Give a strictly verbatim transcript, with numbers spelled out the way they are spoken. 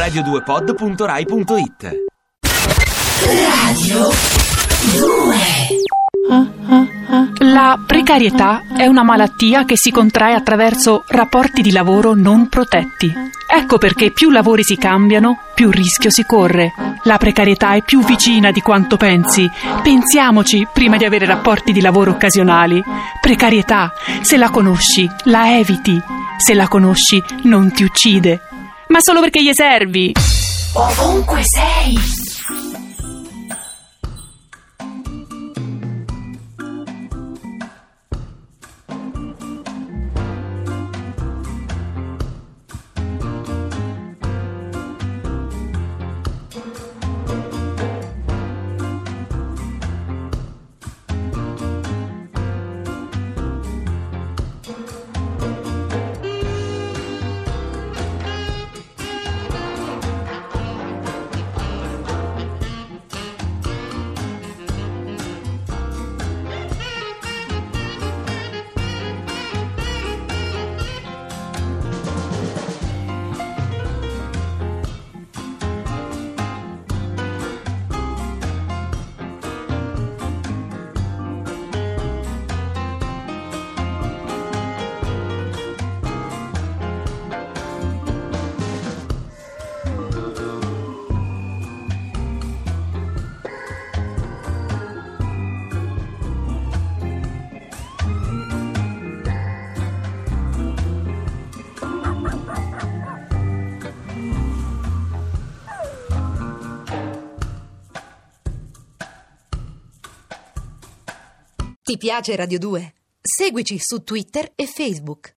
radio due pod punto rai punto it. Radio due. La precarietà è una malattia che si contrae attraverso rapporti di lavoro non protetti. Ecco perché più lavori si cambiano, più rischio si corre. La precarietà è più vicina di quanto pensi. Pensiamoci prima di avere rapporti di lavoro occasionali. Precarietà, se la conosci, la eviti. Se la conosci, non ti uccide. Ma solo perché gli servi. Ovunque sei. Ti piace Radio due? Seguici su Twitter e Facebook.